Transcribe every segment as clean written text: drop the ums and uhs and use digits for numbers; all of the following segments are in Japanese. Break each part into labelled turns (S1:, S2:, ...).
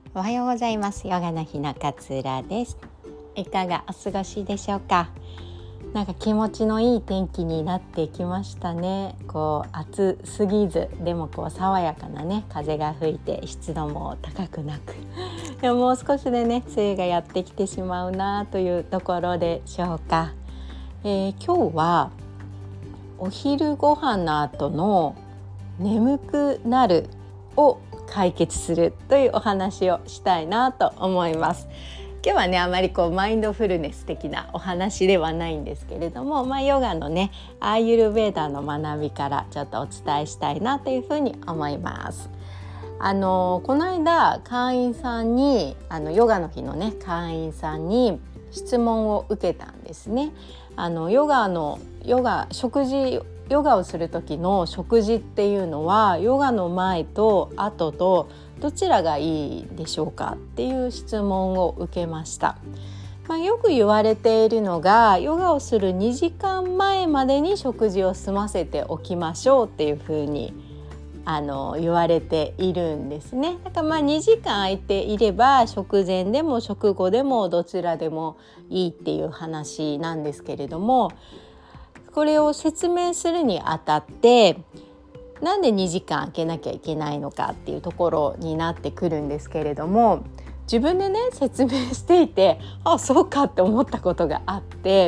S1: おはようございます。ヨガの日の勝浦です。いかがお過ごしでしょうか。なんか気持ちのいい天気になってきましたね。暑すぎずでも爽やかなね風が吹いて湿度も高くなくでももう少しでね梅雨がやってきてしまうなというところでしょうか。今日はお昼ご飯の後の眠くなるを解決するというお話をしたいなと思います。今日はねあまりマインドフルネス的なお話ではないんですけれども、ヨガのねアーユルヴェーダの学びからちょっとお伝えしたいなというふうに思います。この間会員さんにヨガの日のね会員さんに質問を受けたんですね。ヨガをする時の食事っていうのはヨガの前と後とどちらがいいでしょうかっていう質問を受けました。よく言われているのがヨガをする2時間前までに食事を済ませておきましょうっていうふうに言われているんですね。だから2時間空いていれば食前でも食後でもどちらでもいいっていう話なんですけれども、これを説明するにあたってなんで2時間空けなきゃいけないのかっていうところになってくるんですけれども、自分でね説明していてそうかって思ったことがあって、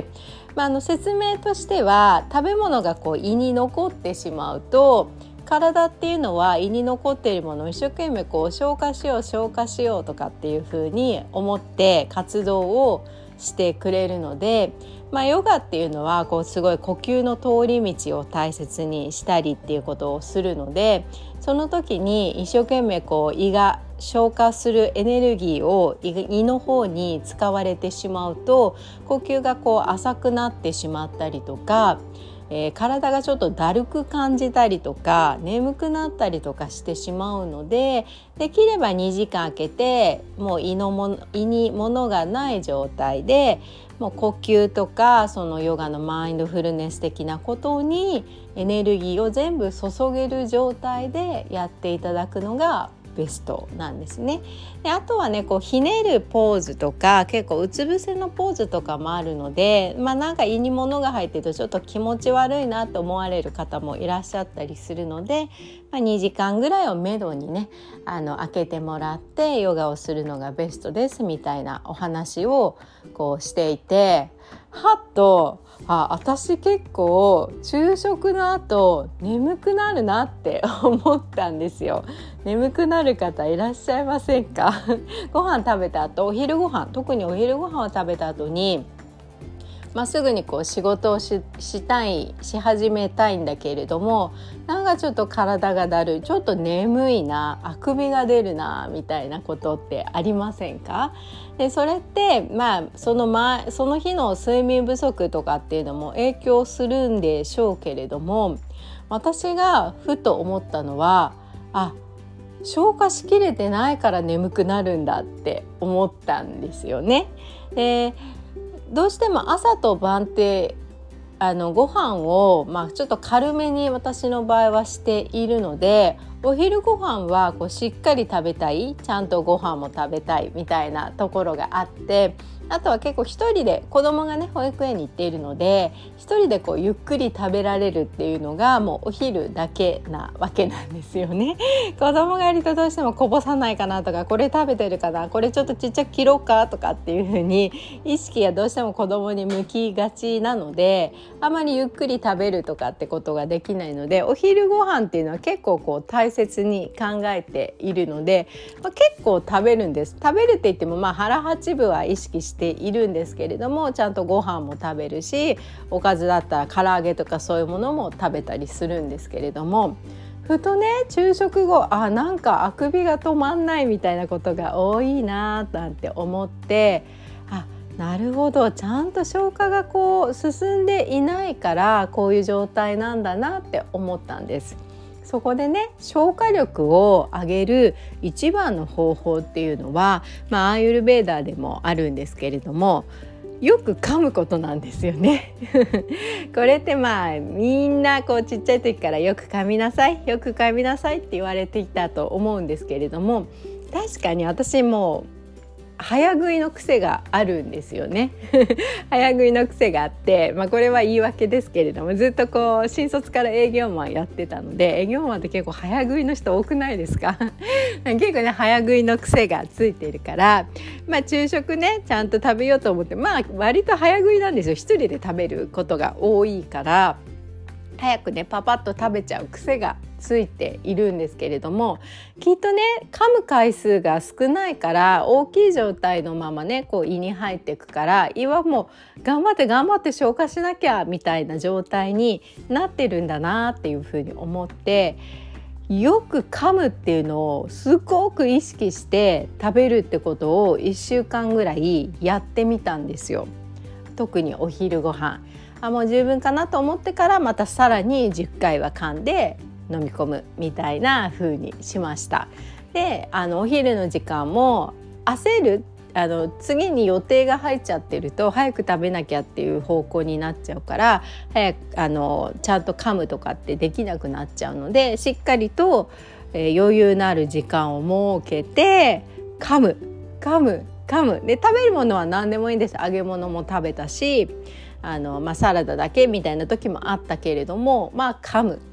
S1: 説明としては食べ物が胃に残ってしまうと体っていうのは胃に残っているものを一生懸命消化しようとかっていうふうに思って活動をしてくれるので、ヨガっていうのはすごい呼吸の通り道を大切にしたりっていうことをするので、その時に一生懸命胃が消化するエネルギーを胃の方に使われてしまうと呼吸が浅くなってしまったりとか、体がちょっとだるく感じたりとか眠くなったりとかしてしまうので、できれば2時間空けてもう胃に物がない状態でもう呼吸とかそのヨガのマインドフルネス的なことにエネルギーを全部注げる状態でやっていただくのがベストなんですね。であとはねひねるポーズとか結構うつ伏せのポーズとかもあるので、なんか胃に物が入ってるとちょっと気持ち悪いなと思われる方もいらっしゃったりするので、2時間ぐらいをめどにね空けてもらってヨガをするのがベストですみたいなお話をしていて、はっと私結構昼食の後眠くなるなって思ったんですよ。眠くなる方いらっしゃいませんかご飯食べた後特にお昼ご飯を食べた後にすぐに仕事をし始めたいんだけれども、なんかちょっと体がだるい、ちょっと眠いな、あくびが出るなみたいなことってありませんか？でそれってその日の睡眠不足とかっていうのも影響するんでしょうけれども、私がふと思ったのは消化しきれてないから眠くなるんだって思ったんですよね。でどうしても朝と晩ってご飯をちょっと軽めに私の場合はしているので、お昼ご飯はしっかり食べたい、ちゃんとご飯も食べたいみたいなところがあって、あとは結構一人で子供がね保育園に行っているので一人でゆっくり食べられるっていうのがもうお昼だけなわけなんですよね。子供がいるとどうしてもこぼさないかなとか、これ食べてるかな、これちょっとちっちゃく切ろうかとかっていう風に意識がどうしても子供に向きがちなので、あまりゆっくり食べるとかってことができないので、お昼ご飯っていうのは結構大切に考えているので、結構食べるんです。食べるって言っても腹八分は意識しているんですけれども、ちゃんとご飯も食べるし、おかずだったら唐揚げとかそういうものも食べたりするんですけれども、ふとね昼食後なんかあくびが止まんないみたいなことが多いななんて思って、なるほど、ちゃんと消化が進んでいないからこういう状態なんだなって思ったんです。そこでね消化力を上げる一番の方法っていうのは、アーユルヴェーダでもあるんですけれども、よく噛むことなんですよねこれってみんなちっちゃい時からよく噛みなさいって言われてきたと思うんですけれども、 確かに私も早食いの癖があるんですよね早食いの癖があって、これは言い訳ですけれども、ずっとこう新卒から営業マンやってたので、営業マンって結構早食いの人多くないですか結構ね早食いの癖がついているから、昼食ねちゃんと食べようと思って、割と早食いなんですよ。一人で食べることが多いから早くねパパッと食べちゃう癖がついているんですけれども、きっとね噛む回数が少ないから大きい状態のままねこう胃に入っていくから、胃はもう頑張って消化しなきゃみたいな状態になってるんだなっていうふうに思って、よく噛むっていうのをすごく意識して食べるってことを1週間ぐらいやってみたんですよ。特にお昼ご飯もう十分かなと思ってから、またさらに10回は噛んで飲み込むみたいな風にしました。でお昼の時間も焦る、次に予定が入っちゃってると早く食べなきゃっていう方向になっちゃうから、早くちゃんと噛むとかってできなくなっちゃうので、しっかりと、余裕のある時間を設けて噛むで、食べるものは何でもいいんです。揚げ物も食べたしサラダだけみたいな時もあったけれども、噛む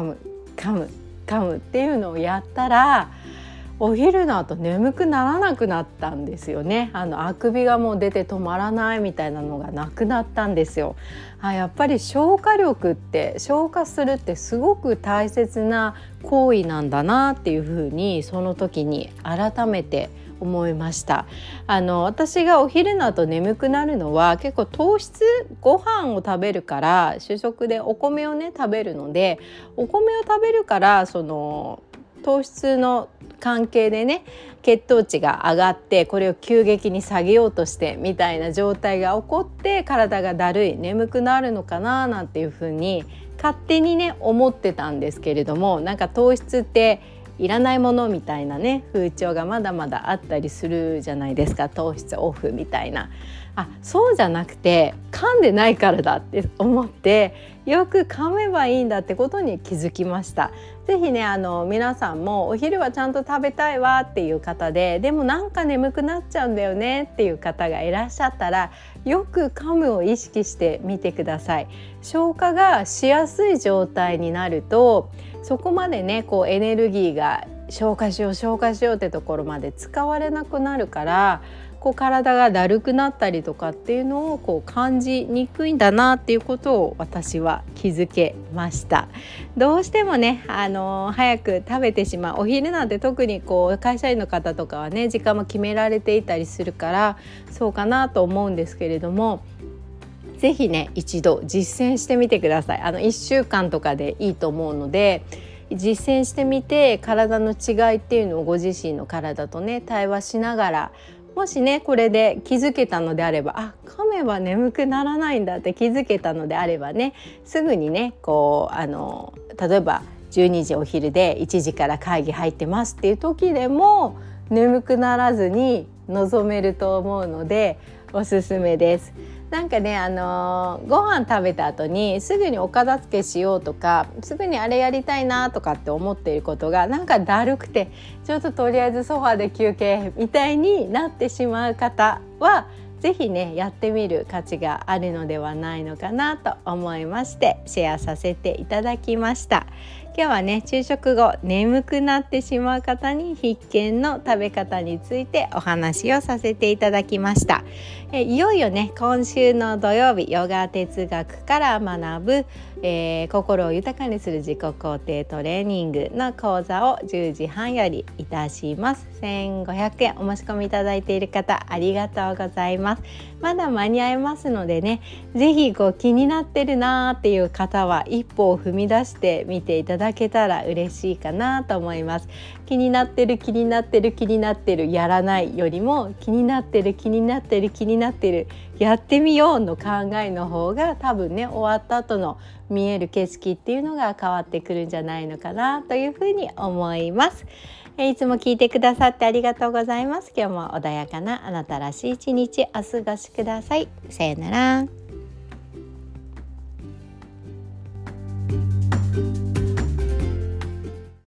S1: っていうのをやったら、お昼の後眠くならなくなったんですよね。あくびがもう出て止まらないみたいなのがなくなったんですよ。やっぱり消化力って消化するってすごく大切な行為なんだなっていうふうにその時に改めて思いました。私がお昼の後眠くなるのは結構糖質ご飯を食べるから、主食でお米をね食べるので、お米を食べるからその糖質の関係でね血糖値が上がって、これを急激に下げようとしてみたいな状態が起こって体がだるい眠くなるのかななんていうふうに勝手にね思ってたんですけれども、なんか糖質っていらないものみたいなね風潮がまだまだあったりするじゃないですか。糖質オフみたいな。そうじゃなくて噛んでないからだって思って、よく噛めばいいんだってことに気づきました。ぜひね皆さんもお昼はちゃんと食べたいわっていう方で、でもなんか眠くなっちゃうんだよねっていう方がいらっしゃったら、よく噛むを意識してみてください。消化がしやすい状態になると、そこまでねこうエネルギーが消化しようってところまで使われなくなるから、こう体がだるくなったりとかっていうのをこう感じにくいんだなっていうことを私は気づけました。どうしてもね早く食べてしまう。お昼なんて特にこう会社員の方とかはね時間も決められていたりするからそうかなと思うんですけれども、ぜひね一度実践してみてください。1週間とかでいいと思うので、実践してみて体の違いっていうのをご自身の体とね対話しながら、もしねこれで気づけたのであれば、噛めば眠くならないんだって気づけたのであればね、すぐにねこう例えば12時お昼で1時から会議入ってますっていう時でも眠くならずに臨めると思うのでおすすめです。なんかねご飯食べた後にすぐにお片付けしようとか、すぐにあれやりたいなとかって思っていることがなんかだるくて、ちょっととりあえずソファーで休憩みたいになってしまう方はぜひねやってみる価値があるのではないのかなと思いましてシェアさせていただきました。今日はね昼食後眠くなってしまう方に必見の食べ方についてお話をさせていただきました。いよいよね今週の土曜日、ヨガ哲学から学ぶ、心を豊かにする自己肯定トレーニングの講座を10時半よりいたします。1500円お申し込みいただいている方ありがとうございます。まだ間に合いますのでね、ぜひこう気になってるなっていう方は一歩を踏み出してみていただけたら嬉しいかなと思います。気になってるやらないよりも気になってるやってみようの考えの方が多分ね終わった後の見える景色っていうのが変わってくるんじゃないのかなというふうに思います。いつも聞いてくださってありがとうございます。今日も穏やかなあなたらしい一日お過ごしください。さよなら。